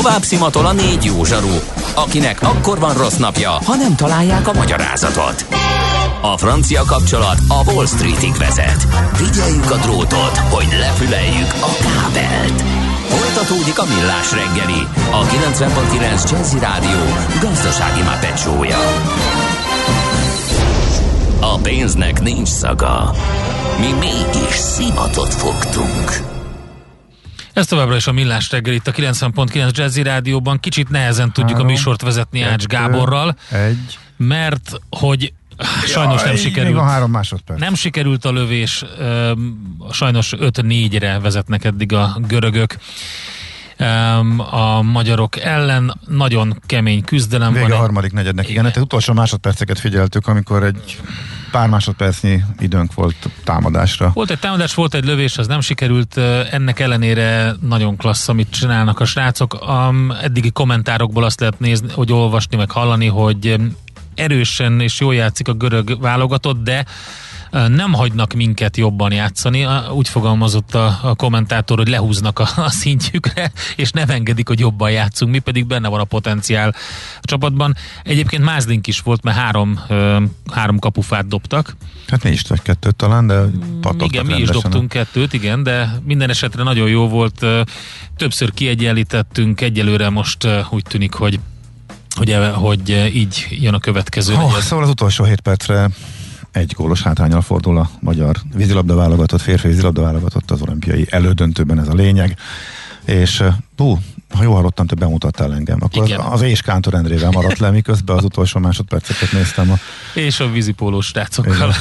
Tovább szimatol a 4 jó zsaru, akinek akkor van rossz napja, ha nem találják a magyarázatot. A francia kapcsolat a Wall Streetig vezet. Figyeljük a drótot, hogy lefüleljük a kábelt. Folytatódik a Millás reggeli, a 90.9 Jazzy Rádió gazdasági Muppet show-ja. A pénznek nincs szaga. Mi mégis szimatot fogtunk. Ez továbbra is a Millás reggel itt a 90.9 Jazzy Rádióban. Kicsit nehezen tudjuk a műsort vezetni Ács Gáborral, mert hogy sajnos nem sikerült. Még van 3 másodperc. Nem sikerült a lövés, sajnos 5-4-re vezetnek eddig a görögök a magyarok ellen. Nagyon kemény küzdelem vége van. A harmadik negyednek, igen. Hát utolsó másodperceket figyeltük, amikor egy pár másodpercnyi időnk volt támadásra. Volt egy támadás, volt egy lövés, az nem sikerült, ennek ellenére nagyon klassz, amit csinálnak a srácok. Eddigi kommentárokból azt lehet nézni, hogy olvasni, meg hallani, hogy erősen és jól játszik a görög válogatott, de nem hagynak minket jobban játszani. Úgy fogalmazott a kommentátor, hogy lehúznak a szintjükre, és nem engedik, hogy jobban játszunk. Mi pedig benne van a potenciál a csapatban. Egyébként Mázdink is volt, mert 3 kapufát dobtak. Hát mi is, vagy 2 talán, de pattogtak. Igen, mi is dobtunk 2, igen, de minden esetre nagyon jó volt. Többször kiegyenlítettünk, egyelőre most úgy tűnik, hogy így jön a következő. Szóval az utolsó 7 percre 1 gólos hátránnyal fordul a magyar vízilabda válogatott, férfi vízilabda válogatott az olimpiai elődöntőben, ez a lényeg. És ha jól hallottam, te bemutattál engem, akkor az és Kántor Endrével maradt le, miközben az utolsó másodperceket néztem. És a vízipólós srácokkal.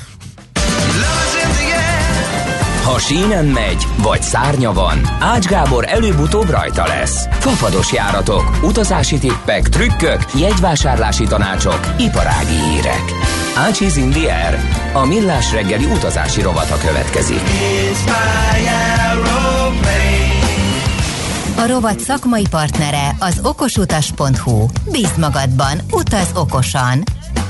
Ha sínen megy, vagy szárnya van, Ács Gábor előbb-utóbb rajta lesz. Fafados járatok, utazási tippek, trükkök, jegyvásárlási tanácsok, iparági hírek. Ácsiz in the Air, a Millás reggeli utazási rovata következik. A rovat szakmai partnere az okosutas.hu. Bízd magadban, utaz okosan!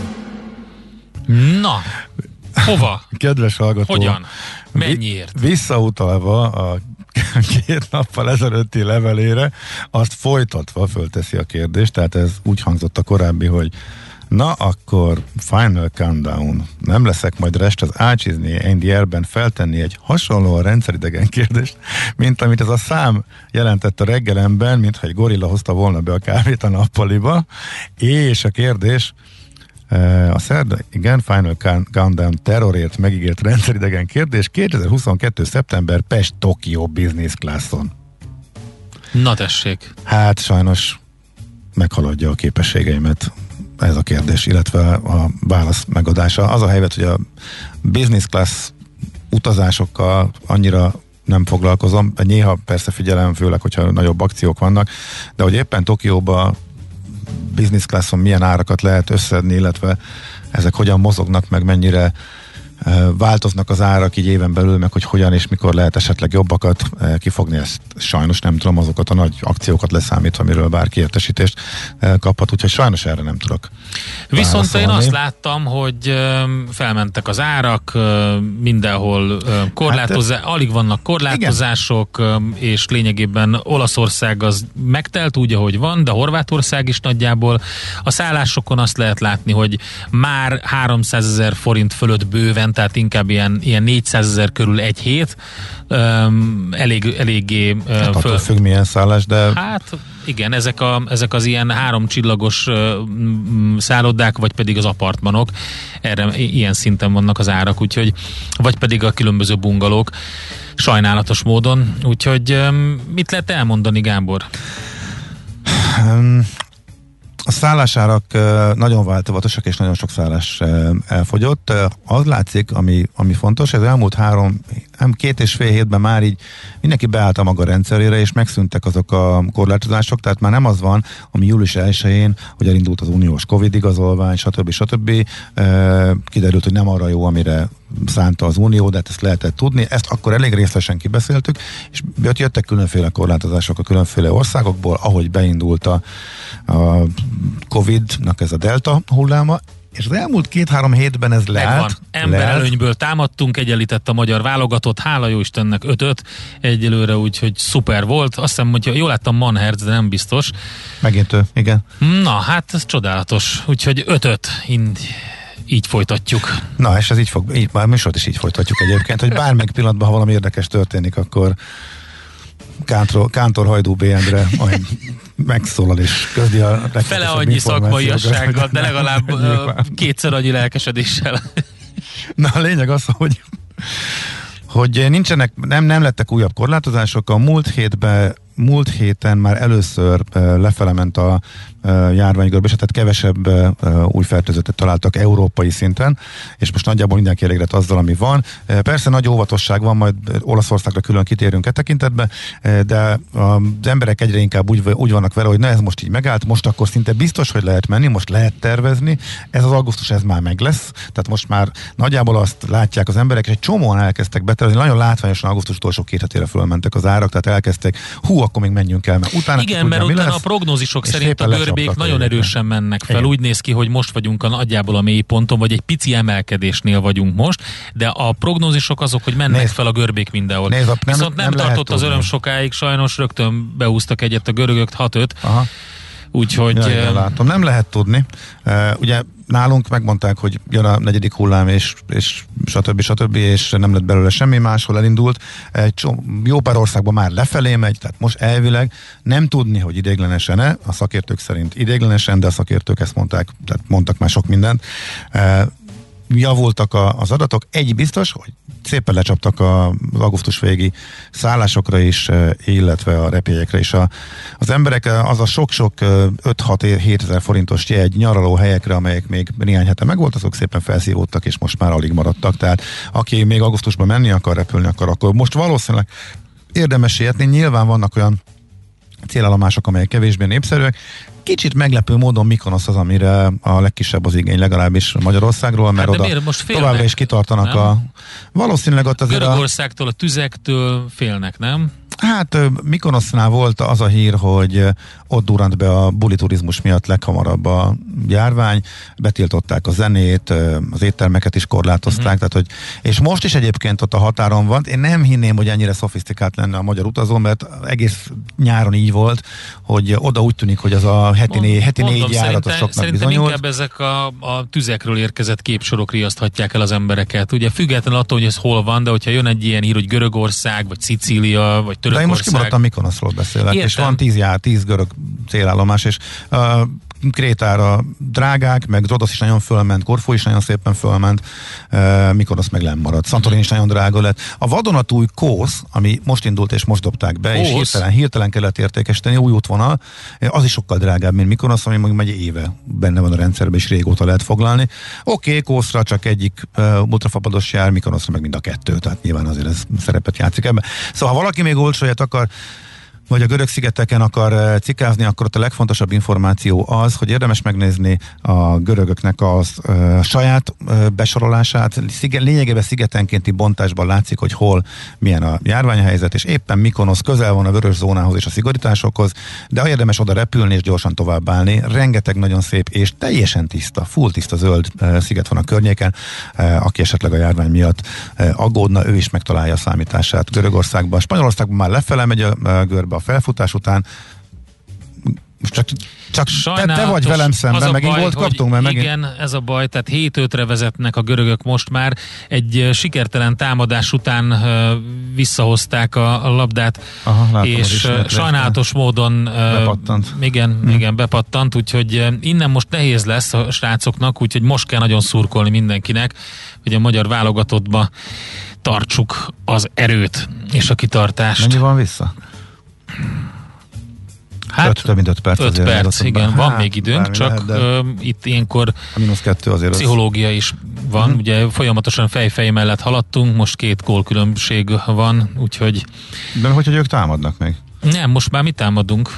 Na, hova? Kedves hallgató! Hogyan? Mennyiért? Visszautalva a 2 nappal ezelőtti levelére, azt folytatva fölteszi a kérdést, tehát ez úgy hangzott a korábbi, hogy na akkor final countdown. Nem leszek majd rest az Ácsizni in the Air-ben feltenni egy hasonlóan rendszeridegen kérdést, mint amit ez a szám jelentett a reggelemben, mintha egy gorilla hozta volna be a kávét a nappaliba, és a kérdés a szerda, igen, Final Countdown terrorért megígért rendszeridegen kérdés 2022. szeptember Pest-Tokió Business Classon. Na tessék. Hát sajnos meghaladja a képességeimet ez a kérdés, illetve a válasz megadása. Az a helyzet, hogy a business class utazásokkal annyira nem foglalkozom, néha persze figyelem, főleg, hogyha nagyobb akciók vannak, de hogy éppen Tokióba business classon milyen árakat lehet összedni, illetve ezek hogyan mozognak, meg mennyire változnak az árak így éven belül, meg hogy hogyan és mikor lehet esetleg jobbakat kifogni, ezt sajnos nem tudom, azokat a nagy akciókat leszámítva, amiről bárki értesítést kaphat, úgyhogy sajnos erre nem tudok. Viszont én azt láttam, hogy felmentek az árak, mindenhol alig vannak korlátozások, igen. És lényegében Olaszország az megtelt úgy, ahogy van, de Horvátország is nagyjából. A szállásokon azt lehet látni, hogy már 300 000 forint fölött bőven, tehát inkább ilyen 400 000 körül egy hét, eléggé hát attól függ milyen szállás, de... Hát igen, ezek az ilyen 3 csillagos szállodák, vagy pedig az apartmanok, erre ilyen szinten vannak az árak, úgyhogy, vagy pedig a különböző bungalók, sajnálatos módon, úgyhogy mit lehet elmondani, Gábor? A szállásárak nagyon változatosak, és nagyon sok szállás elfogyott. Az látszik, ami fontos, ez elmúlt 2,5 hétben már így mindenki beállt a maga rendszerére, és megszűntek azok a korlátozások, tehát már nem az van, ami július 1-én, hogy elindult az uniós Covid igazolvány, stb. Kiderült, hogy nem arra jó, amire szánta az unió, de ezt lehetett tudni. Ezt akkor elég részletesen kibeszéltük, és jöttek különféle korlátozások a különféle országokból, ahogy beindult a Covid-nak ez a delta hulláma, és az elmúlt 2-3 hétben ez lehet. Emberelőnyből támadtunk, egyenlített a magyar válogatott, hála jó Istennek 5-5 egyelőre, úgyhogy szuper volt. Azt hiszem, hogy jól láttam Manherz, de nem biztos. Megint ő, igen. Na, hát ez csodálatos. Úgyhogy 5-5 így folytatjuk. Na, és ez így már műsort is így folytatjuk egyébként, hogy bármelyik pillanatban, ha valami érdekes történik, akkor Kántor Hajdú B. Endre majd megszólal és közdi a fele annyi szakmaiassággal, de legalább kétszer annyi lelkesedéssel. Na, a lényeg az, hogy nincsenek, nem lettek újabb korlátozások. A múlt héten már először lefele ment a járványgörbe, tehát kevesebb új fertőzöttet találtak európai szinten, és most nagyjából mindenki elégedett azzal, ami van. Persze nagy óvatosság van, majd Olaszországra külön kitérünk e tekintetbe, de az emberek egyre inkább úgy vannak vele, hogy na, ez most így megállt, most akkor szinte biztos, hogy lehet menni, most lehet tervezni, ez az augusztus, ez már meg lesz, tehát most már nagyjából azt látják az emberek, és egy csomóan elkezdtek betervezni, nagyon látványosan augusztus utolsó 2 hetére fölmentek az árak, tehát elkezdtek, akkor még menjünk el, mert utána igen, mert utána a prognózisok szerint a görbék nagyon erősen mennek fel. Igen. Úgy néz ki, hogy most vagyunk nagyjából a mélyponton, vagy egy pici emelkedésnél vagyunk most, de a prognózisok azok, hogy mennek fel a görbék mindenhol. Viszont nem tartott az öröm sokáig, sajnos rögtön beúztak egyet a görögök 6-5. Aha. Úgyhogy... Ja, igen, látom. Nem lehet tudni. Ugye nálunk megmondták, hogy jön a 4. hullám, és stb. És nem lett belőle semmi, máshol elindult. Jó pár országban már lefelé megy, tehát most elvileg nem tudni, hogy ideiglenesen-e, a szakértők szerint ideiglenesen, de a szakértők ezt mondták, tehát mondtak már sok mindent. Javultak az adatok. Egy biztos, hogy szépen lecsaptak az augusztus végi szállásokra is, illetve a repjegyekre is. Az emberek az a sok-sok 5-6-7 ezer forintos jegy nyaraló helyekre, amelyek még néhány hete megvolt, azok szépen felszívódtak, és most már alig maradtak. Tehát aki még augusztusban menni akar, repülni akar, akkor most valószínűleg érdemes sietni. Nyilván vannak olyan célállomások, amelyek kevésbé népszerűek. Kicsit meglepő módon Mykonosz az, amire a legkisebb az igény, legalábbis Magyarországról, mert oda továbbra is kitartanak valószínűleg ott azért Görögországtól, a tüzektől félnek, nem? Hát Mykonosznál volt az a hír, hogy ott durrant be a buliturizmus miatt leghamarabb a járvány, betiltották a zenét, az éttermeket is korlátozták, tehát, hogy, és most is egyébként ott a határon van. Én nem hinném, hogy ennyire szofisztikált lenne a magyar utazó, mert egész nyáron így volt, hogy oda úgy tűnik, hogy az a heti 4 járatos soknak bizonyult. Inkább ezek a tüzekről érkezett képsorok riaszthatják el az embereket. Ugye függetlenül attól, hogy ez hol van, de hogyha jön egy ilyen hír, hogy Görögország, vagy Szicília, vagy Törökország. De én most kimaradtam Mykonoszról beszélek, és van 10 görög célállomás, és Krétára drágák, meg Rodosz is nagyon fölment, Korfú is nagyon szépen fölment, Mykonosz meg lemaradt. Santorin is nagyon drága lett. A vadonatúj Kósz, ami most indult és most dobták be, és hirtelen kellett értékesíteni, új útvonal, az is sokkal drágább, mint Mykonosz, ami mondjuk egy éve benne van a rendszerben, és régóta lehet foglalni. Oké, Kószra csak egyik ultrafapados jár, Mykonoszra meg mind a 2, tehát nyilván azért ez szerepet játszik ebben. Szóval ha valaki még olcsóját akar, vagy a görög-szigeteken akar cikázni, akkor ott a legfontosabb információ az, hogy érdemes megnézni a görögöknek a saját besorolását. Lényegében szigetenkénti bontásban látszik, hogy hol milyen a járványhelyzet, és éppen Mykonosz közel van a vörös zónához és a szigorításokhoz, de érdemes oda repülni és gyorsan továbbállni. Rengeteg nagyon szép és teljesen tiszta, full tiszta zöld sziget van a környéken. Aki esetleg a járvány miatt aggódna, ő is megtalálja a számítását Görögországban. Spanyolországban már lefele megy a görbe a felfutás után. Csak te vagy velem szemben, megint volt kaptunk, mert megint... Igen, ez a baj, tehát 7-5-re vezetnek a görögök most már. Egy sikertelen támadás után visszahozták a labdát, és sajnálatos módon bepattant. Igen, bepattant, úgyhogy innen most nehéz lesz a srácoknak, úgyhogy most kell nagyon szurkolni mindenkinek, hogy a magyar válogatottba tartsuk az erőt és a kitartást. Mennyi van vissza? Hát több mint 5 perc. 5 perc, igen, van még időnk, csak lehet, itt ilyenkor a -2 azért pszichológia is van, ugye folyamatosan fej mellett haladtunk, most 2 gól különbség van, úgyhogy... De hogy ők támadnak még? Nem, most már mi támadunk.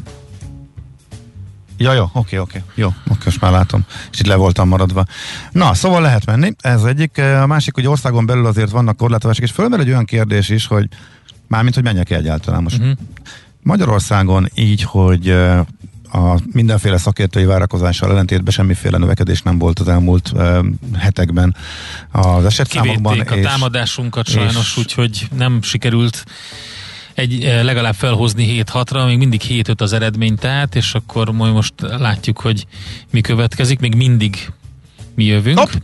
Ja, oké. Jó, most már látom. És itt le voltam maradva. Na, szóval lehet menni, ez egyik. A másik, hogy országon belül azért vannak korlátozások, és fölmerül egy olyan kérdés is, hogy mármint, hogy menjek egyáltalán most. Magyarországon így, hogy a mindenféle szakértői várakozással ellentétben semmiféle növekedés nem volt az elmúlt hetekben az esetszámokban. Kivédték a támadásunkat sajnos, úgyhogy nem sikerült legalább felhozni 7-6-ra, még mindig 7-5 az eredmény tehát, és akkor majd most látjuk, hogy mi következik, még mindig mi jövünk. Hopp.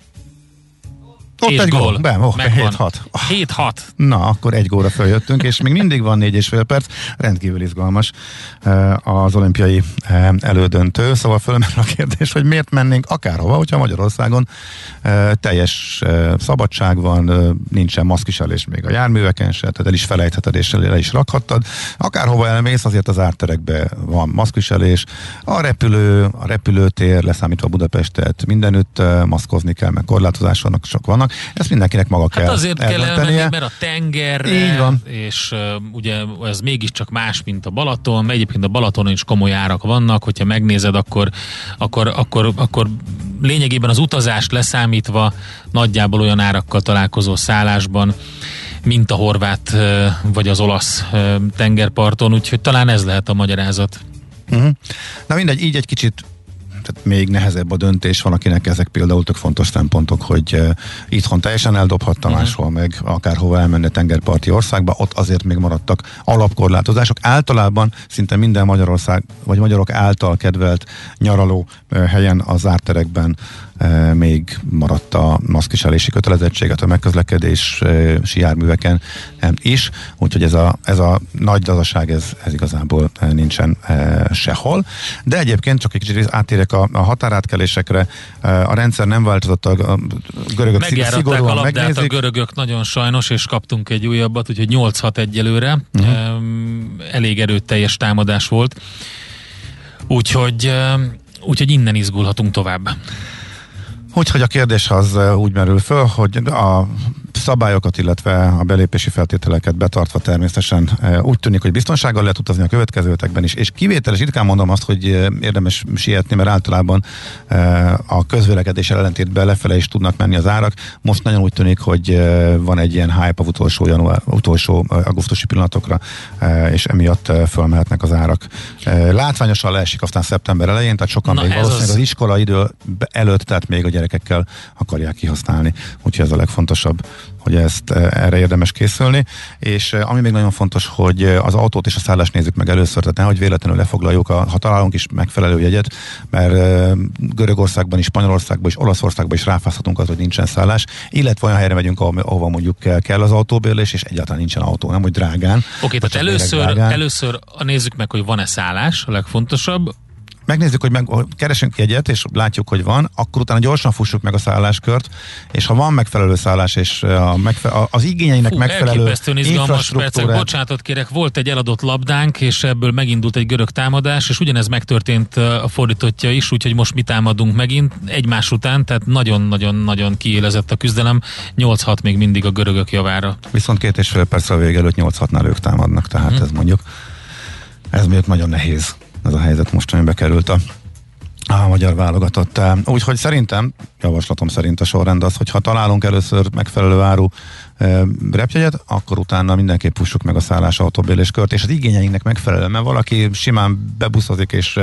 Ott egy gól. 7-6. 7-6. Na, akkor egy gólra feljöttünk, és még mindig van 4,5 perc. Rendkívül izgalmas az olimpiai elődöntő. Szóval fölmerül a kérdés, hogy miért mennénk akárhova, hogyha Magyarországon teljes szabadság van, nincsen maszkviselés még a járműveken se, tehát el is felejtheted és el is rakhattad. Akárhova elmész, azért az árterekben van maszkviselés. A repülőtér, leszámítva Budapestet, mindenütt maszkozni kell, meg korlátozások vannak. Ezt mindenkinek maga kell azért kell elmenni, mert a tengerre, így van. És ugye ez mégiscsak más, mint a Balaton, egyébként a Balatonon is komoly árak vannak, hogyha megnézed, akkor lényegében az utazást leszámítva nagyjából olyan árakkal találkozó szállásban, mint a horvát vagy az olasz tengerparton, úgyhogy talán ez lehet a magyarázat. Na mindegy, így egy kicsit tehát még nehezebb a döntés, van akinek ezek például tök fontos szempontok, hogy itthon teljesen eldobhatta, máshol meg akárhova elmenne tengerparti országba, ott azért még maradtak alapkorlátozások. Általában szinte minden Magyarország, vagy magyarok által kedvelt nyaraló helyen az árterekben még maradt a maszkviselési kötelezettséget a megközlekedési járműveken is, úgyhogy ez a nagy lazaság, ez igazából nincsen sehol. De egyébként csak egy kicsit átérek a határátkelésekre, a rendszer nem változott, a görögök szigorúan a labdát megnézik. A görögök nagyon sajnos, és kaptunk egy újabbat, úgyhogy 8-6 egyelőre. Elég erőteljes támadás volt. Úgyhogy innen izgulhatunk tovább. Úgyhogy a kérdés az úgy merül föl, hogy a szabályokat, illetve a belépési feltételeket betartva természetesen úgy tűnik, hogy biztonsággal lehet utazni a következő hetekben is, és kivételes, ritkán mondom azt, hogy érdemes sietni, mert általában a közvélekedéssel ellentétben lefele is tudnak menni az árak. Most nagyon úgy tűnik, hogy van egy ilyen hype a utolsó augusztusi pillanatokra, és emiatt fölmehetnek az árak. Látványosan leesik aztán szeptember elején, tehát sokan még valószínűleg az iskola idő előtt, tehát még a gyerekekkel akarják kihasználni. Úgyhogy ez a legfontosabb, hogy erre érdemes készülni, és ami még nagyon fontos, hogy az autót és a szállást nézzük meg először, tehát nehogy véletlenül lefoglaljuk, ha találunk is megfelelő jegyet, mert Görögországban is, Spanyolországban is, Olaszországban is ráfázhatunk az, hogy nincsen szállás, illetve olyan helyre megyünk, ahova mondjuk kell az autóbérlés, és egyáltalán nincsen autó, nem hogy drágán. Oké, tehát először nézzük meg, hogy van-e szállás, a legfontosabb. Megnézzük, hogy keresünk jegyet, és látjuk, hogy van, akkor utána gyorsan fussuk meg a szálláskört, és ha van megfelelő szállás, és az igényeinek megfelelő infrastruktúrát... Bocsánatot kérek, volt egy eladott labdánk, és ebből megindult egy görög támadás, és ugyanez megtörtént a fordítottja is, úgyhogy most mi támadunk megint egymás után, tehát nagyon-nagyon-nagyon kiélezett a küzdelem, 8-6 még mindig a görögök javára. Viszont 2,5 perccel a vége előtt 8-6-nál ők támadnak, tehát ez mondjuk nagyon nehéz. Ez a helyzet most, amiben bekerült a magyar válogatott. Úgyhogy szerintem, javaslatom szerint a sorrend az, hogy ha találunk először megfelelő áru repjegyet, akkor utána mindenképp fussuk meg a szállás autóbérléskört, és az igényeinknek megfelelően, mert valaki simán bebuszozik és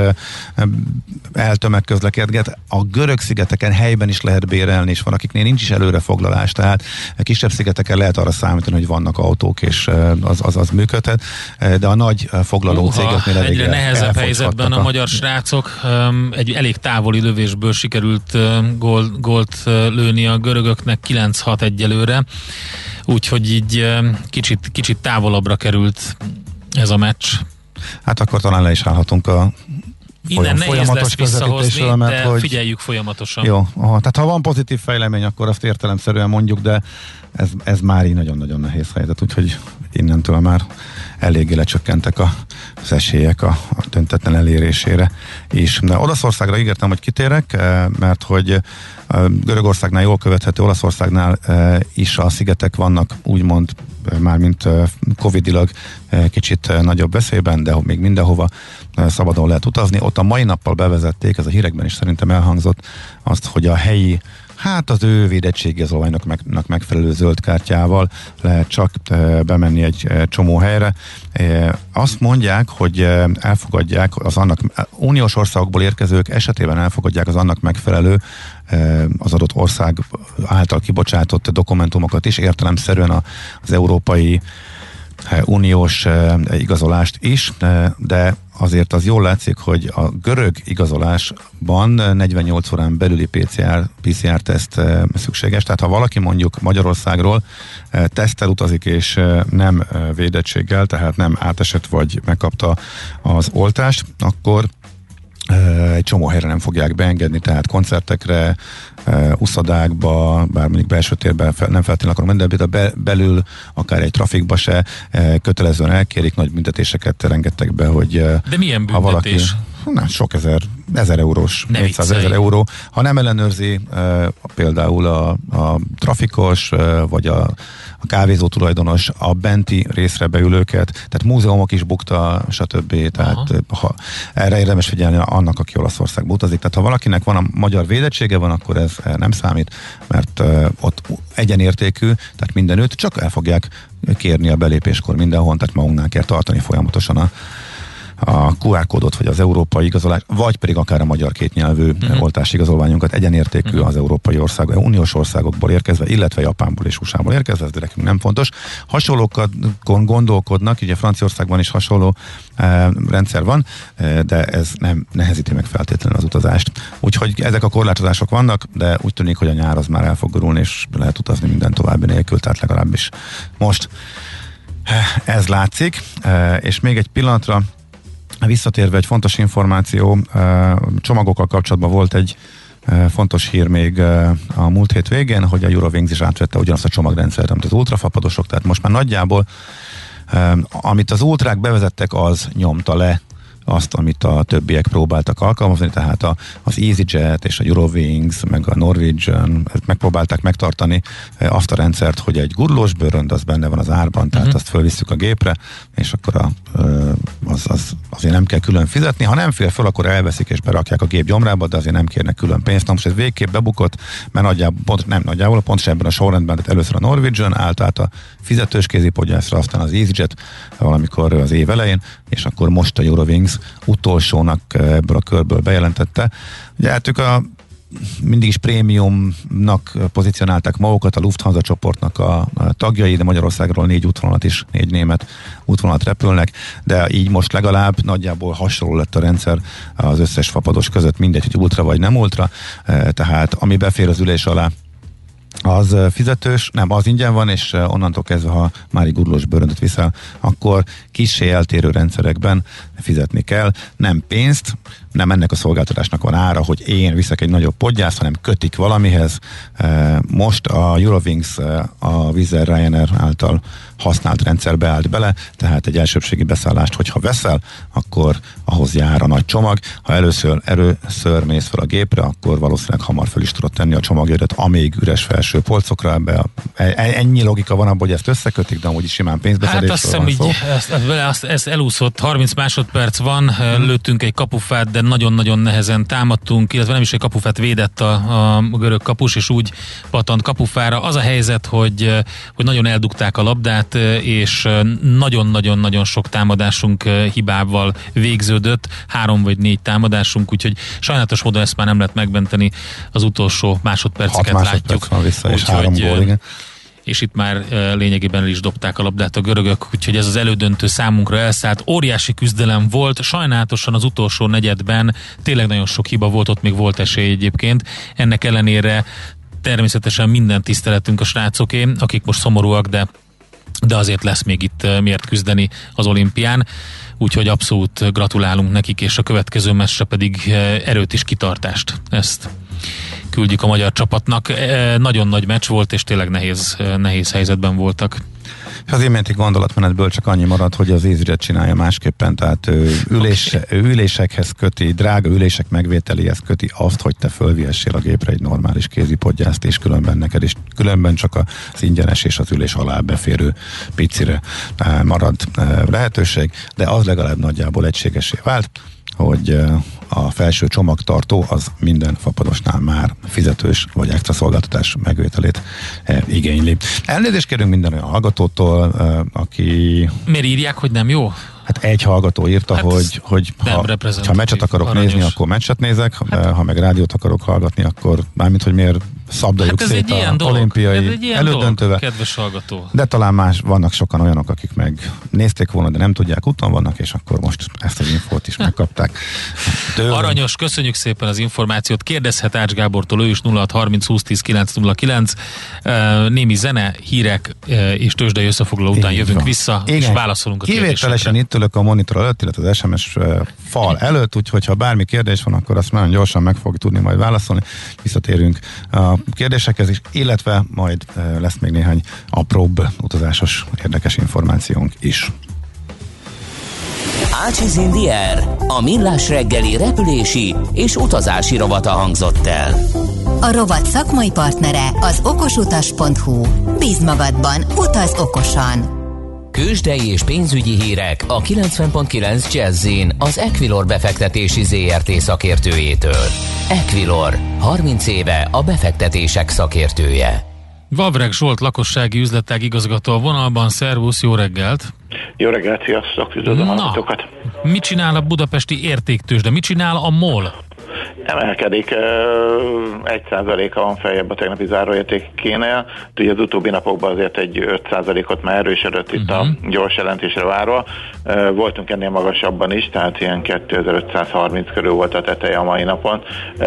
eltömegközlekedget. A görög szigeteken helyben is lehet bérelni, és van, akiknél nincs is előrefoglalás, tehát kisebb szigeteken lehet arra számítani, hogy vannak autók, és az működhet, de a nagy foglaló cégeknél elég egyre nehezebb helyzetben a magyar srácok. Egy elég távoli lövésből sikerült gólt lőni a görögöknek, 9-6 egyelőre. Úgyhogy így kicsit távolabbra került ez a meccs. Hát akkor talán le is állhatunk a innen nehéz lesz visszahozni, de hogy figyeljük folyamatosan. Jó, tehát ha van pozitív fejlemény, akkor azt értelemszerűen mondjuk, de ez már így nagyon-nagyon nehéz helyzet, úgyhogy innentől már eléggé lecsökkentek az esélyek a döntetlen elérésére is. De Olaszországra ígértem, hogy kitérek, mert hogy Görögországnál jól követhető, Olaszországnál is a szigetek vannak úgymond mármint covidilag kicsit nagyobb veszélyben, de még mindenhova szabadon lehet utazni. Ott a mai nappal bevezették, ez a hírekben is szerintem elhangzott, azt, hogy a helyi Hát az ő védettségigazolványnak megfelelő zöld kártyával lehet csak bemenni egy csomó helyre. Azt mondják, hogy elfogadják az annak uniós országokból érkezők esetében elfogadják az annak megfelelő az adott ország által kibocsátott dokumentumokat is, értelemszerűen az Európai Uniós igazolást is, de azért az jól látszik, hogy a görög igazolásban 48 órán belüli PCR-teszt szükséges, tehát ha valaki mondjuk Magyarországról teszttel utazik és nem védettséggel, tehát nem átesett vagy megkapta az oltást, akkor egy csomó helyre nem fogják beengedni, tehát koncertekre, uszodákba, bár mondjuk belső térben nem feltétlenül akarom menni, de belül, akár egy trafikba se kötelezően elkérik, nagy büntetéseket rengettek be, hogy de milyen büntetés? Sok 1000 eurós, 400 000 euró. Ha nem ellenőrzi például a trafikos, vagy a kávézó tulajdonos a benti részre beülőket, tehát múzeumok is bukta, stb. Tehát erre érdemes figyelni annak, aki Olaszországba utazik. Tehát ha valakinek van a magyar védettsége van, akkor ez nem számít, mert ott egyenértékű, tehát mindenütt, csak el fogják kérni a belépéskor mindenhol, tehát magunknál kell tartani folyamatosan a QR kódot, vagy az európai igazolás, vagy pedig akár a magyar kétnyelvű oltási igazolványunkat egyenértékű az európai uniós országokból érkezve, illetve Japánból és USA-ból érkezve, ez nekünk nem fontos. Hasonlókon gondolkodnak, ugye Franciaországban is hasonló rendszer van, de ez nem nehezíti meg feltétlenül az utazást. Úgyhogy ezek a korlátozások vannak, de úgy tűnik, hogy a nyár az már el fog gurulni, és lehet utazni minden további nélkül, tehát legalábbis most ez látszik. És még egy pillanatra visszatérve egy fontos információ, csomagokkal kapcsolatban volt egy fontos hír még a múlt hét végén, hogy a Eurowings is átvette ugyanazt a csomagrendszert, amit az ultrafapadosok, tehát most már nagyjából amit az ultrák bevezettek, az nyomta le azt, amit a többiek próbáltak alkalmazni, tehát az EasyJet és a Eurowings, meg a Norwegian megpróbálták megtartani azt a rendszert, hogy egy gurulós bőrönd, az benne van az árban, tehát azt fölvisszük a gépre, és akkor azért nem kell külön fizetni. Ha nem fér föl, akkor elveszik és berakják a gép gyomrába, de azért nem kérnek külön pénzt. Na most ez végképp bebukott, mert pontosan ebben a sorrendben, tehát először a Norwegian állt át a fizetős kézipodgyászra, aztán az EasyJet valamikor az év elején, és akkor most a Eurowings utolsónak ebből a körből bejelentette. Ugye hát ők mindig is prémiumnak pozícionálták magukat, a Lufthansa csoportnak a tagjai, de Magyarországról 4 német útvonalat repülnek, de így most legalább nagyjából hasonló lett a rendszer az összes fapados között, mindegy, hogy ultra vagy nem ultra, tehát ami befér az ülés alá, az fizetős, nem, az ingyen van, és onnantól kezdve, ha már egy gurulós bőröndöt viszel, akkor kissé eltérő rendszerekben fizetni kell, nem pénzt, nem ennek a szolgáltatásnak van ára, hogy én viszek egy nagyobb podgyászt, hanem kötik valamihez. Most a Eurowings a Wizz Air Ryanair által használt rendszerbe állt bele, tehát egy elsőbségi beszállást, hogyha veszel, akkor ahhoz jár a nagy csomag. Ha először mész fel a gépre, akkor valószínűleg hamar fel is tudod tenni a csomagjöret, amíg üres felső polcokra. Ennyi logika van abban, hogy ezt összekötik, de amúgy is simán pénzbeszedésről van szó. Ez elúszott, 30 másodperc van, lőttünk egy kapufát, de nagyon-nagyon nehezen támadtunk, illetve nem is egy kapufát védett a görög kapus, és úgy pattant kapufára. Az a helyzet, hogy nagyon eldugták a labdát, és nagyon-nagyon-nagyon sok támadásunk hibával végződött, 3 vagy 4 támadásunk, úgyhogy sajnálatos módon ezt már nem lehet megmenteni, az utolsó másodperceket 6 másodperc látjuk. Van vissza, és 3 gól, igen. És itt már lényegében el is dobták a labdát a görögök, úgyhogy ez az elődöntő számunkra elszállt. Óriási küzdelem volt, sajnálatosan az utolsó negyedben tényleg nagyon sok hiba volt, ott még volt esély egyébként. Ennek ellenére természetesen minden tiszteletünk a srácoké, akik most szomorúak, de azért lesz még itt miért küzdeni az olimpián, úgyhogy abszolút gratulálunk nekik, és a következő meccsre pedig erőt és kitartást. Ezt küldjük a magyar csapatnak. Nagyon nagy meccs volt, és tényleg nehéz helyzetben voltak. Az iménti gondolatmenetből csak annyi marad, hogy az EasyJet csinálja másképpen, tehát ülésekhez köti, drága ülések megvételéhez köti azt, hogy te fölvihessél a gépre egy normális kézipodgyászt, és különben neked is, különben csak az ingyenes és az ülés alá beférő picire marad lehetőség, de az legalább nagyjából egységessé vált. hogy a felső csomagtartó az minden fapadosnál már fizetős vagy extra szolgáltatás megvételét igényli. Elnézést kérünk minden olyan hallgatótól, aki... Miért írják, hogy nem jó? Hát egy hallgató írta, hogy ha meccset akarok nézni, akkor meccset nézek, ha meg rádiót akarok hallgatni, akkor mármint, hogy miért szabdaljuk szét az olimpiai elődöntővel. Kedves hallgató. De talán vannak sokan olyanok, akik meg nézték volna, de nem tudják, úton vannak, és akkor most ezt az infót is megkapták. Aranyos, köszönjük szépen az információt. Kérdezhet Ács Gábortól, ő is 0630 2010 909. Némi zene, hírek és tőzsdei összefoglaló után jövünk vissza, és válaszolunk a kérdésekre. Kivételesen itt ülök a monitor előtt, illetve az SMS fal előtt, úgyhogy ha bármi kérdés van, akkor azt nagyon gyorsan meg fog tudni majd válaszolni. Visszatérünk a kérdésekhez is, illetve majd lesz még néhány apróbb utazásos érdekes információnk is. Ácsiz Indier, a millás reggeli repülési és utazási rovata hangzott el. A rovat szakmai partnere az okosutas.hu. Bízd magadban, utaz okosan! Kősdei és pénzügyi hírek a 90.9 Jazz-in az Equilor befektetési ZRT szakértőjétől. Equilor, 30 éve a befektetések szakértője. Vavreg Zsolt, lakossági üzletág igazgató a vonalban. Szervusz, jó reggelt! Jó reggelt, sziasztok, üdvözlöm a hallgatókat! Mit csinál a budapesti értéktőzsde? Mit csinál a MOL? Emelkedik, 1%-a van feljebb a tegnapi záróértékénél. Ugye az utóbbi napokban azért egy 5%-ot már erősödött itt a gyors jelentésre várva. Voltunk ennél magasabban is, tehát ilyen 2530 körül volt a teteje a mai napon.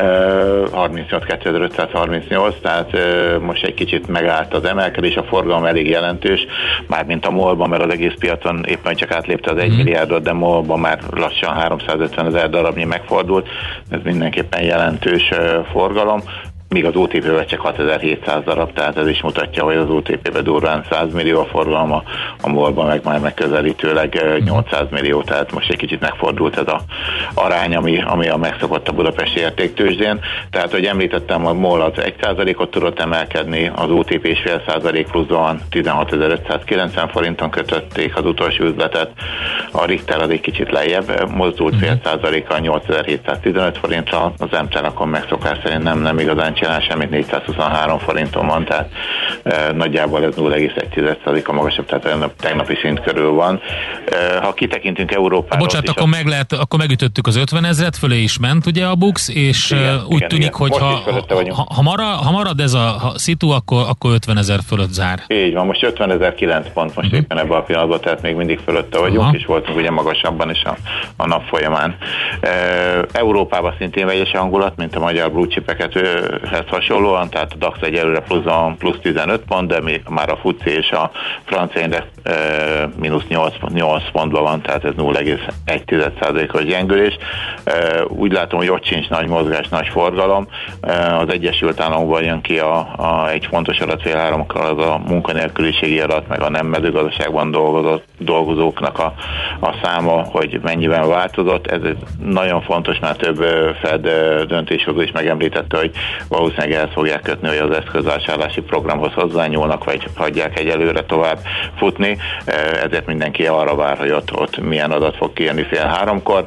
38-2538, tehát most egy kicsit megállt az emelkedés, a forgalom elég jelentős, mármint a MOL-ban, mert az egész piacon éppen csak átlépte az 1 milliárdot, de MOL-ban már lassan 350 000 darabnyi megfordult. Ez mindenképpen jelentős forgalom, míg az OTP-ben csak 6700 darab, tehát ez is mutatja, hogy az OTP-ben durván 100 millió a forgalom, a MOL-ban meg már megközelítőleg 800 millió, tehát most egy kicsit megfordult ez az arány, ami a megszokott a budapesti értéktőzsdén. Tehát, hogy említettem, a MOL az 1%-ot tudott emelkedni, az OTP is fél százalék pluszban 16.590 forinton kötötték az utolsó üzletet, a Richter az egy kicsit lejjebb mozdult fél százalékkal 8715 forintra, az M-Telekom megszokás szerint nem igazán csinál semmit, 423 forinton van, tehát nagyjából ez 0,1%-a magasabb, tehát a tegnapi szint körül van. Ha kitekintünk Európára... Bocsánat, akkor megütöttük az 50 000, fölé is ment ugye a BUX, és úgy tűnik, hogy ha marad ez a szitu, akkor 50 000 fölött zár. Így van, most 50.009 pont most éppen ebben a pillanatban, tehát még mindig fölötte vagyunk, és voltunk ugye magasabban is a nap folyamán. Európában szintén vegyes hangulat, mint a magyar blue chipeket hasonlóan, tehát a DAX egyelőre plusz 15 pont, de még már a FTSE és a francia index mínusz 8 pontban van, tehát ez 0,1%-os gyengülés. Úgy látom, hogy ott sincs nagy mozgás, nagy forgalom. Az Egyesült Államokban jön ki egy fontos adat fél 3-kor, az a munkanélküliségi adat, meg a nem mezőgazdaságban dolgozóknak a száma, hogy mennyiben változott. Ez nagyon fontos, mert több Fed döntéshozó is megemlítette, hogy valószínűleg el fogják kötni, hogy az eszközvásárlási programhoz hozzányúlnak, vagy hagyják egyelőre tovább futni. Ezért mindenki arra vár, hogy ott milyen adat fog kijönni fél 3-kor.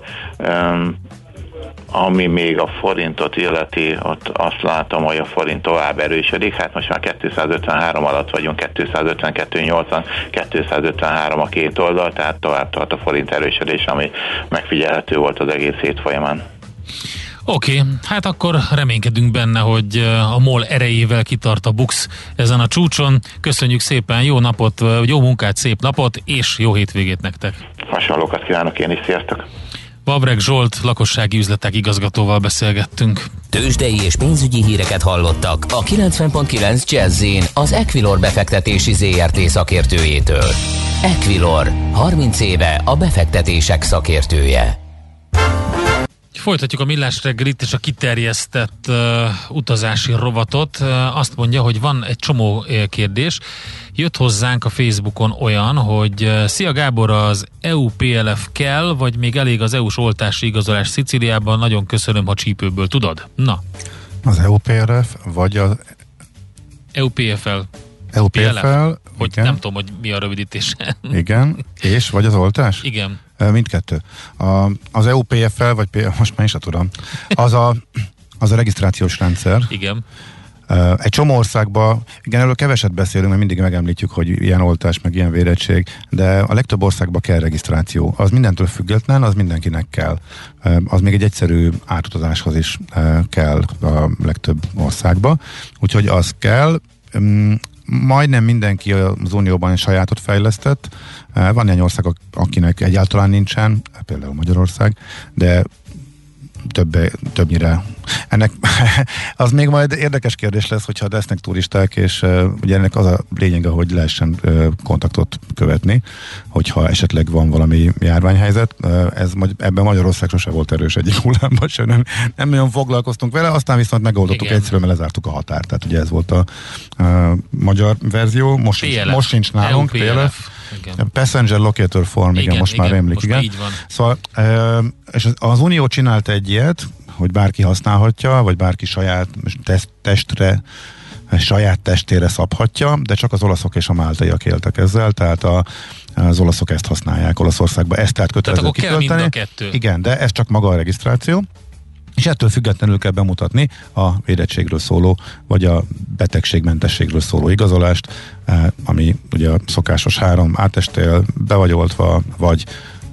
Ami még a forintot illeti, ott azt látom, hogy a forint tovább erősödik, hát most már 253 alatt vagyunk, 252,80, 253 a két oldal, tehát tovább tart a forint erősödés, ami megfigyelhető volt az egész hét folyamán. Oké, hát akkor reménykedünk benne, hogy a MOL erejével kitart a BUX ezen a csúcson. Köszönjük szépen, jó napot, jó munkát, szép napot, és jó hétvégét nektek! Hasonlókat kívánok én is, sziasztok! Vavreg Zsolt, lakossági üzletek igazgatóval beszélgettünk. Tőzsdei és pénzügyi híreket hallottak a 90.9 Jazz-in az Equilor befektetési ZRT szakértőjétől. Equilor, 30 éve a befektetések szakértője. Folytatjuk a millás reggelit és a kiterjesztett utazási rovatot. Azt mondja, hogy van egy csomó kérdés. Jött hozzánk a Facebookon olyan, hogy szia Gábor, az EU-PLF kell, vagy még elég az EU-s oltási igazolás Szicíliában? Nagyon köszönöm, ha csípőből tudod. Na. Az EU-PLF, vagy az EU-PFL. EU-PFL, hogy nem tudom, hogy mi a rövidítése. Igen, és vagy az oltás? Igen. Mindkettő. Az EUPF-fel, vagy most már is tudom, az a regisztrációs rendszer. Igen. Egy csomó országban, igen, erről keveset beszélünk, mert mindig megemlítjük, hogy ilyen oltás, meg ilyen vérettség, de a legtöbb országban kell regisztráció. Az mindentől független, az mindenkinek kell. Az még egy egyszerű átutazáshoz is kell a legtöbb országban. Úgyhogy az kell. Majdnem mindenki az Unióban sajátot fejlesztett. Van ilyen ország, akinek egyáltalán nincsen, például Magyarország, de többnyire. Ennek az még majd érdekes kérdés lesz, hogyha lesznek turisták, és ugye ennek az a lényege, hogy lehessen kontaktot követni, hogyha esetleg van valami járványhelyzet. Ebben Magyarország sose volt erős egyik hullámban, sem nem nagyon foglalkoztunk vele, aztán viszont megoldottuk egyszerűen, mert lezártuk a határt. Tehát ugye ez volt a magyar verzió, most sincs nálunk, PLF. Igen. Passenger Locator Form, igen, most már emlik, igen. Így van. Szóval, és az Unió csinált egy ilyet, hogy bárki használhatja, vagy bárki saját testére szabhatja, de csak az olaszok és a máltaiak éltek ezzel, tehát az olaszok ezt használják Olaszországban, ezt tehát kötelező kitölteni. Kell mind a kettő. Igen, de ez csak maga a regisztráció, és ettől függetlenül kell bemutatni a védettségről szóló, vagy a betegségmentességről szóló igazolást, ami ugye a szokásos 3 átestél, be vagy oltva, vagy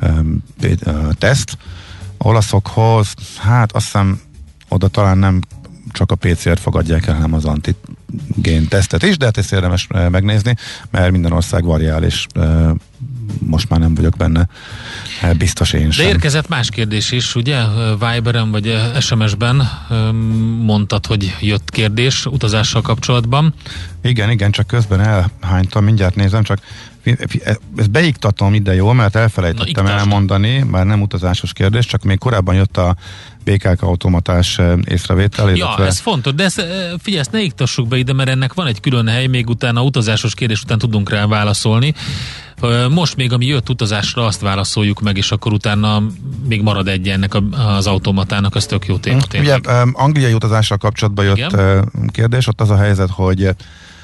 teszt. Olaszokhoz, hát azt hiszem oda talán nem csak a PCR-t fogadják el, hanem az antigén tesztet is, de hát ezt érdemes megnézni, mert minden ország variál, és most már nem vagyok benne biztos én sem. De érkezett más kérdés is, ugye? Viberen vagy SMS-ben mondtad, hogy jött kérdés utazással kapcsolatban. Igen, csak közben elhánytam, mindjárt nézem, csak ezt beiktatom ide jól, mert elfelejtettem elmondani, bár nem utazásos kérdés, csak még korábban jött a BKK automatás észrevétel. Ja, ez fontos, de figyelj, ezt ne iktassuk be ide, mert ennek van egy külön hely, még utána utazásos kérdés után tudunk rá válaszolni. Most még, ami jött utazásra, azt válaszoljuk meg, és akkor utána még marad egy ennek az automatának, az tök jó téma. Ugye angliai utazással kapcsolatban jött kérdés, ott az a helyzet, hogy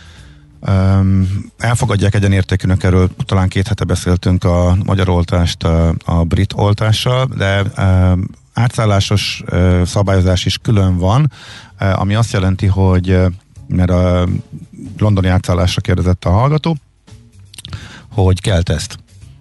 elfogadják egyenértékűnek, erről talán 2 hete beszéltünk a magyar oltást a brit oltással, de átszállásos szabályozás is külön van, ami azt jelenti, hogy mert a londoni átszállásra kérdezett a hallgató, hogy kell teszt.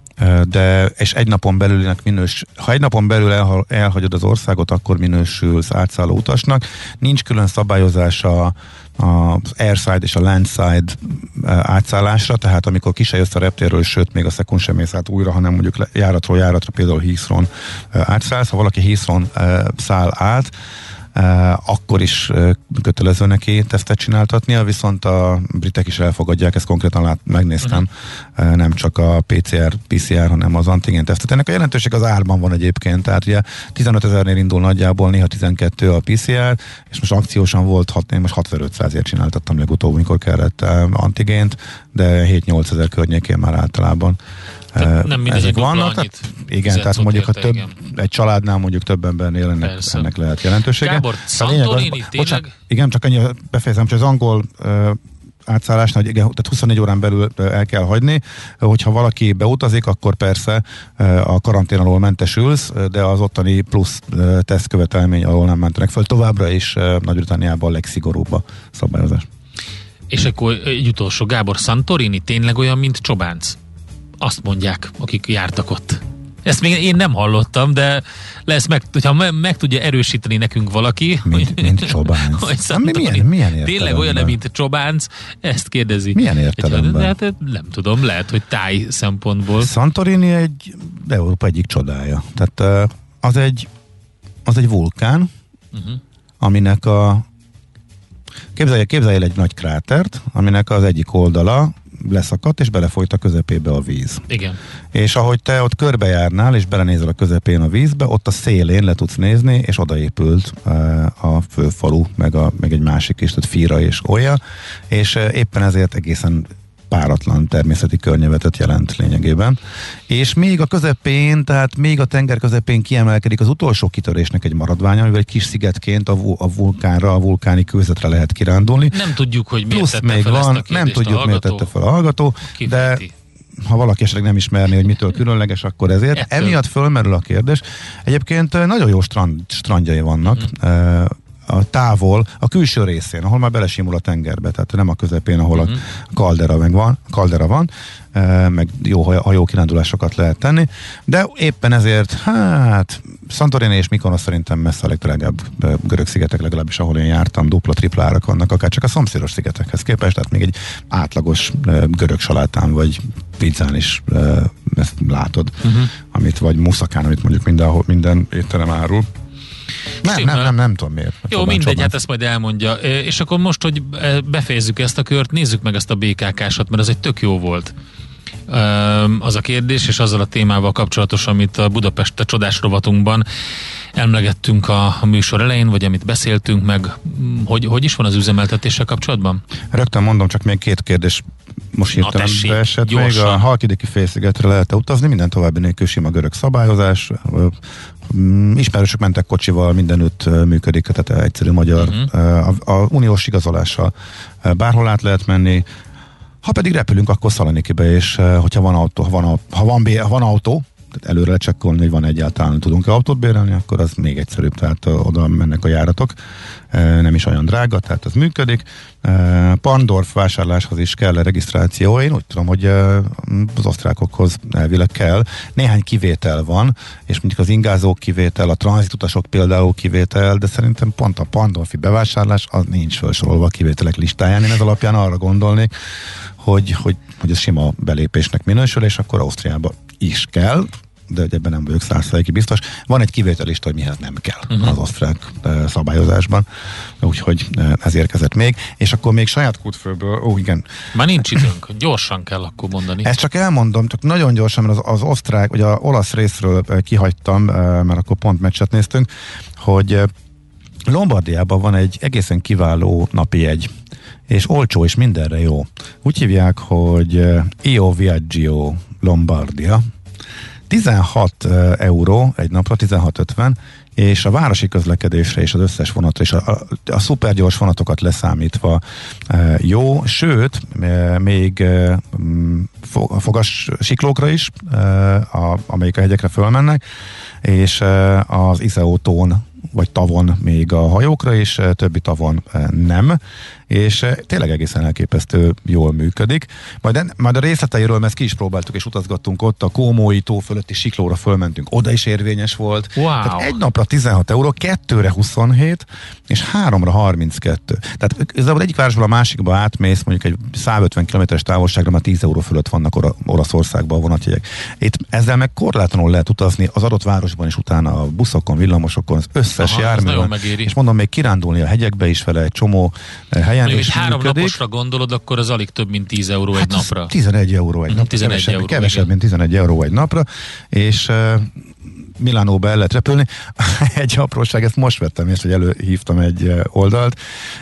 És egy napon belülinek ha egy napon belül elhagyod az országot, akkor minősülsz átszálló utasnak. Nincs külön szabályozás az airside és a landside átszállásra, tehát amikor ki se jössz a reptérről, sőt még a szekund sem mész át újra, hanem mondjuk járatról járatra, például Heathrow-n átszállsz. Ha valaki Heathrow-n száll át, akkor is kötelező neki tesztet csináltatnia, viszont a britek is elfogadják, ezt konkrétan megnéztem, nem csak a PCR, hanem az antigén tesztet. Ennek a jelentőség az árban van egyébként, tehát ugye 15 000-nél indul nagyjából, néha 12 a PCR, és most akciósan volt, én most 6500-ért csináltattam legutóbb, amikor kellett antigént, de 7-8 ezer környékén már általában. Nem mindegy, vannak, tehát, igen, tehát mondjuk egy családnál mondjuk több embernél ennek lehet jelentősége. Gábor, Santorini tényleg? Igen, csak ennyi befejezem, hogy az angol átszállásnál, hogy igen, tehát 24 órán belül el kell hagyni, hogyha valaki beutazik, akkor persze a karantén alól mentesülsz, de az ottani plusz tesztkövetelmény alól nem mentenek föl. Továbbra is Nagy-Britanniában a legszigorúbb a szabályozás. És akkor egy utolsó, Gábor, Santorini tényleg olyan, mint Csobánc? Azt mondják, akik jártak ott. Ezt még én nem hallottam, de lesz hogyha meg tudja erősíteni nekünk valaki, mint Csobánc. Milyen tényleg olyan, mint Csobánc, ezt kérdezi. Milyen értelemben? Hát nem tudom, lehet, hogy táj szempontból. Santorini egy Európa egyik csodája. Tehát az egy vulkán, aminek képzelj el egy nagy krátert, aminek az egyik oldala leszakadt, és belefolyt a közepébe a víz. Igen. És ahogy te ott körbejárnál, és belenézel a közepén a vízbe, ott a szélén le tudsz nézni, és odaépült a főfalu, meg egy másik is, tehát Fira és Olja, és éppen ezért egészen páratlan természeti környezetet jelent lényegében. És még a közepén, tehát még a tenger közepén kiemelkedik az utolsó kitörésnek egy maradványa, amivel egy kis szigetként a vulkánra, a vulkáni kőzetre lehet kirándulni. Nem tudjuk, hogy miért tette még fel van, ezt a kérdést nem tudjuk, miért tette fel a hallgató, de ha valaki esetleg nem ismerné, hogy mitől különleges, akkor ezért. Emiatt fölmerül a kérdés. Egyébként nagyon jó strandjai vannak, a távol, a külső részén, ahol már belesimul a tengerbe, tehát nem a közepén, ahol a kaldera van, meg jó hajókirándulásokat lehet tenni, de éppen ezért, hát Santorini és Mykonos szerintem messze a legdrágább görög szigetek, legalábbis ahol én jártam, dupla-tripla árak vannak, akár csak a szomszédos szigetekhez képest, tehát még egy átlagos görög salátán vagy pizzán is ezt látod, amit vagy muszakán, amit mondjuk minden étterem árul. Nem tudom miért. Jó, mindegy, hát ezt majd elmondja. És akkor most, hogy befejezzük ezt a kört, nézzük meg ezt a BKK-sat, mert ez egy tök jó volt. Az a kérdés, és azzal a témával kapcsolatos, amit a Budapest csodás rovatunkban emlegettünk a műsor elején, vagy amit beszéltünk meg, hogy is van az üzemeltetéssel kapcsolatban? Rögtön mondom, csak még két kérdés most hirtelen beesett. Még a Halkidiki félszigetre lehet utazni, minden további nélkül sima görög szabályozás. Ismerősök mentek kocsival, mindenütt működik, tehát egyszerű magyar. A uniós igazolással bárhol át lehet menni. Ha pedig repülünk, akkor Szalonikibe, és hogyha van autó, ha van autó, tehát előre lecsekkolni, hogy van egyáltalán, tudunk-e autót bérelni, akkor az még egyszerűbb, tehát oda mennek a járatok, nem is olyan drága, tehát ez működik. Parndorf vásárláshoz is kell a regisztráció, én úgy tudom, hogy az osztrákokhoz elvileg kell. Néhány kivétel van, és mondjuk az ingázók kivétel, a tranzitutasok például kivétel, de szerintem pont a Parndorfi bevásárlás az nincs felsorolva a kivételek listáján. Én ez alapján arra gondolnék, hogy ez sima belépésnek minősül, és akkor Ausztriába is kell, de ebben nem vagyok 100%-ig biztos. Van egy kivételista, hogy mihez nem kell az osztrák szabályozásban, úgyhogy ez érkezett még. És akkor még saját kútfőből, igen. Már nincs időnk, gyorsan kell akkor mondani. Ezt csak elmondom, csak nagyon gyorsan, mert az osztrák, vagy az olasz részről kihagytam, mert akkor pont meccset néztünk, hogy Lombardiában van egy egészen kiváló napi jegy, és olcsó, és mindenre jó. Úgy hívják, hogy Io Viaggio Lombardia. 16 euró egy napra, 16,50, és a városi közlekedésre és az összes vonatra, és a szupergyors vonatokat leszámítva jó, sőt, még fogas siklókra is, amelyik a hegyekre fölmennek, és az Iseo-tón vagy tavon még a hajókra is, többi tavon nem, és tényleg egészen elképesztő jól működik. Majd a részleteiről, mert ki is próbáltuk, és utazgattunk ott, a Kómói tó fölötti siklóra fölmentünk, oda is érvényes volt. Wow. Tehát egy napra 16 euró, 2-re 27, és 3-ra 32. Tehát igazából egyik városból a másikba átmész, mondjuk egy 150 km-es távolságra már 10 euró fölött vannak Olaszországban a vonatjegyek. Itt ezzel meg korlátlanul lehet utazni az adott városban, és utána a buszokon, villamosokon, az összes járművön. És mondom, még kirándulni a hegyekbe is vele egy csomó helyen. Egy 3 naposra gondolod, akkor az alig több, mint 10 euró egy napra. 11 euró egy napra. Kevesebb, mint 11 euró egy napra, és Milánóba el lehet repülni. Egy apróság, ezt most vettem észre, hogy előhívtam egy oldalt.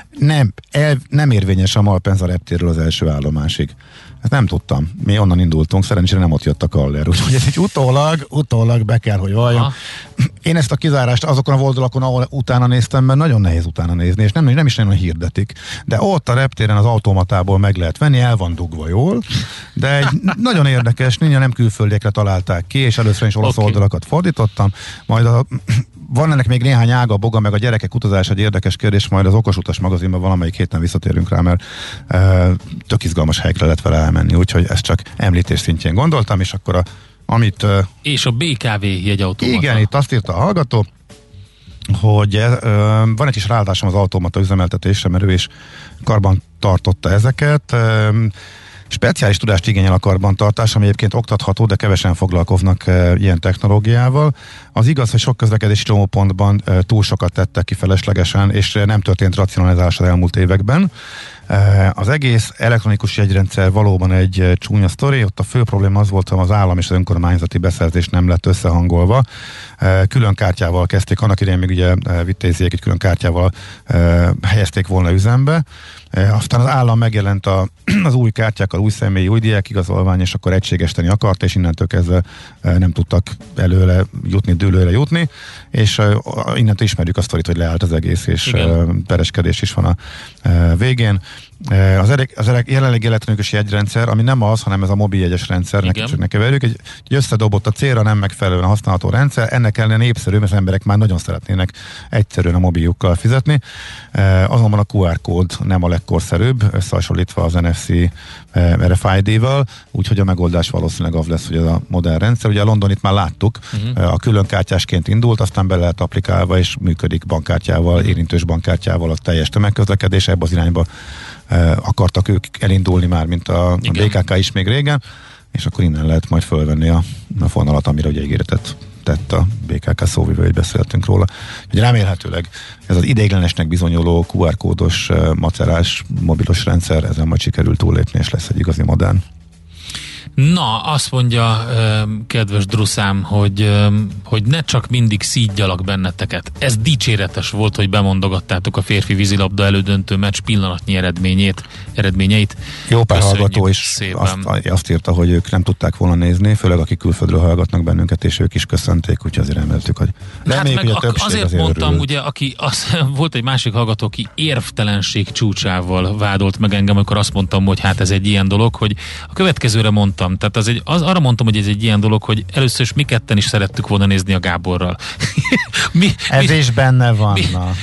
Nem érvényes a Malpensa reptérről az első állomásig. Ezt nem tudtam. Mi onnan indultunk, szerencsére nem ott jött a Kaller. Úgyhogy ez egy utólag be kell, hogy valljam. Én ezt a kizárást azokon a oldalakon, ahol utána néztem, mert nagyon nehéz utána nézni, és nem is nagyon hirdetik. De ott a reptéren az automatából meg lehet venni, el van dugva jól, de egy nagyon érdekes, nem külföldiekre találták ki, és először is olasz oldalakat fordítottam, majd van ennek még néhány ága, boga, meg a gyerekek utazás egy érdekes kérdés, majd az Okos Utas magazinban valamelyik héten visszatérünk rá, mert tök izgalmas helyekre lehet vele elmenni, úgyhogy ezt csak említés szintjén gondoltam, és akkor amit... És a BKV jegyautomata. Igen, itt azt írta a hallgató, hogy van egy kis ráadásom az automata üzemeltetésre, mert ő is karban tartotta ezeket. Speciális tudást igényel a karbantartás, ami egyébként oktatható, de kevesen foglalkoznak ilyen technológiával. Az igaz, hogy sok közlekedési csomópontban túl sokat tettek ki feleslegesen, és nem történt racionalizálás az elmúlt években. Az egész elektronikus jegyrendszer valóban egy csúnya sztori, ott a fő probléma az volt, hogy az állam és az önkormányzati beszerzés nem lett összehangolva. Külön kártyával kezdték, annak idején még ugye Vitéziék egy külön kártyával helyezték volna üzembe. Aztán az állam megjelent az új kártyákkal, új személyi, új diákigazolvány, és akkor egységesíteni akart, és innentől kezdve nem tudtak előre jutni, dőlőre jutni, és innentől ismerjük a sztorit, hogy leállt az egész, és pereskedés is van a végén. Az jelenlegi elektronikus jegyrendszer, ami nem az, hanem ez a mobil jegyes rendszer, csak ne keverjük, egy összedobott a célra nem megfelelően használható rendszer, ennek ellenére népszerű, mert az emberek már nagyon szeretnének egyszerűen a mobiljukkal fizetni. Azonban a QR kód nem a legkorszerűbb, összehasonlítva az NFC RFID-val, úgyhogy a megoldás valószínűleg az lesz, hogy ez a modern rendszer. Ugye a Londonit már láttuk, a külön kártyásként indult, aztán be lehet applikálva, és működik bankkártyával, érintős bankkártyával a teljes tömegközlekedés, ebbe az irányba akartak ők elindulni már, mint a BKK is még régen, és akkor innen lehet majd fölvenni a fonalat, amire ugye ígéretet tett a BKK szóvivő, hogy beszéltünk róla. Ugye remélhetőleg ez az ideiglenesnek bizonyuló QR kódos macerás mobilos rendszer, ezen majd sikerül túllépni, és lesz egy igazi modern. Na, azt mondja kedves Druszám, hogy ne csak mindig szídjalak benneteket. Ez dicséretes volt, hogy bemondogattátok a férfi vízilabda elődöntő meccs pillanatnyi eredményeit. Jó pár hallgató is azt írta, hogy ők nem tudták volna nézni, főleg akik külföldről hallgatnak bennünket, és ők is köszönték, úgyhogy azért remeltük, hogy reméljük, hogy a többség azért mondtam, örül. ugye, volt egy másik hallgató, aki érvtelenség csúcsával vádolt meg engem, amikor azt mondtam, hogy hát ez egy ilyen dolog, hogy a következőre mondtam, tehát arra mondtam, hogy ez egy ilyen dolog, hogy először is mi ketten is szerettük volna nézni a Gáborral. Ez is benne van.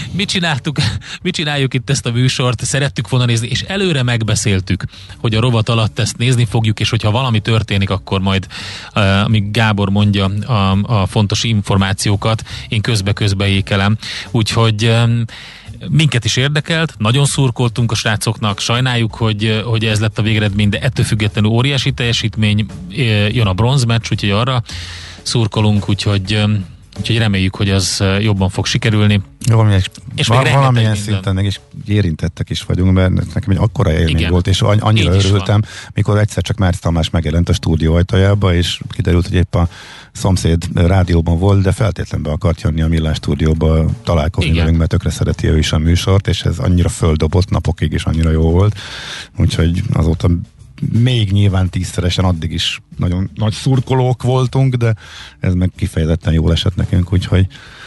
Mi csináljuk itt ezt a műsort, szerettük volna nézni, és előre megbeszéltük, hogy a rovat alatt ezt nézni fogjuk, és hogyha valami történik, akkor majd, amíg Gábor mondja a fontos információkat, én közbe ékelem. Úgyhogy minket is érdekelt, nagyon szurkoltunk a srácoknak, sajnáljuk, hogy ez lett a végeredmény, de ettől függetlenül óriási teljesítmény, jön a bronzmeccs, úgyhogy arra szurkolunk, úgyhogy reméljük, hogy az jobban fog sikerülni. Valamilyen szinten meg is érintettek is vagyunk, mert nekem egy akkora élmény volt, és annyira örültem, mikor egyszer csak Márc Tamás megjelent a stúdió ajtajába, és kiderült, hogy épp a szomszéd rádióban volt, de feltétlenül be akart jönni a Millás stúdióba találkozni velünk, mert tökre szereti ő is a műsort, és ez annyira földobott napokig is annyira jó volt. Úgyhogy azóta még nyilván 10-szeresen addig is nagyon nagy szurkolók voltunk, de ez meg kifejezetten jól esett nekünk, úgyhogy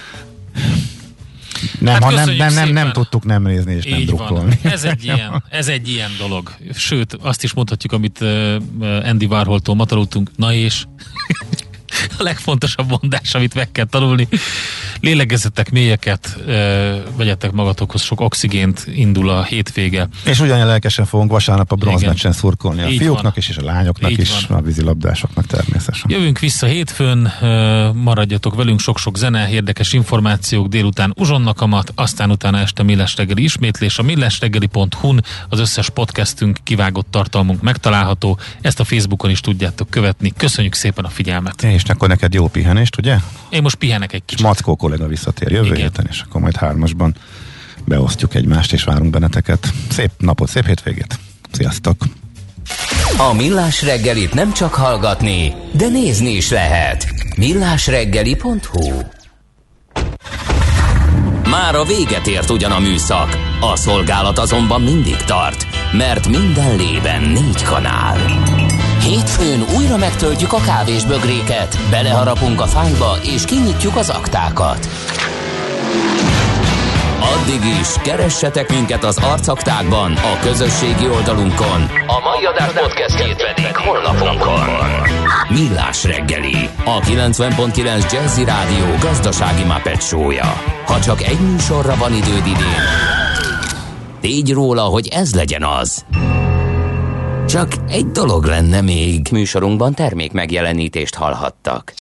nem tudtuk nem nézni és nem drukkolni. Ez egy ilyen dolog. Sőt, azt is mondhatjuk, amit Andy Warholtól matalultunk, na és a legfontosabb mondás, amit meg kell tanulni. Lélegezzetek mélyeket, vegyetek magatokhoz sok oxigént, indul a hétvége. És ugyanilyen lelkesen fogunk vasárnap a bronzmeccsen szurkolni a fiúknak is, és a lányoknak is, a vízilabdásoknak természetesen. Jövünk vissza hétfőn, maradjatok velünk, sok-sok zene, érdekes információk, délután Uzsonnakamat, aztán utána este Millás reggeli ismétlés. A millásreggeli.hu-n az összes podcastünk, kivágott tartalmunk megtalálható, ezt a Facebookon is tudjátok követni. Köszönjük szépen a figyelmet! És akkor neked jó pihenést, ugye? Én most pihenek egy kicsit. Mackó kolléga visszatér jövő héten, és akkor majd 3-asban beosztjuk egymást, és várunk benneteket. Szép napot, szép hétvégét! Sziasztok! A Millás reggelit nem csak hallgatni, de nézni is lehet. millásreggeli.hu. Már a véget ért ugyan a műszak, a szolgálat azonban mindig tart, mert minden lében 4 kanál. Hétfőn újra megtöltjük a kávésbögréket, beleharapunk a fányba és kinyitjuk az aktákat. Addig is keressetek minket az arcaktákban, a közösségi oldalunkon, a mai adás podcastjét pedig honlapunkon. Millás reggeli, a 90.9 Jazzy Rádió gazdasági Muppet show-ja. Ha csak egy műsorra van időd idén, tégy róla, hogy ez legyen az. Csak egy dolog lenne még. Műsorunkban termék megjelenítést hallhattak.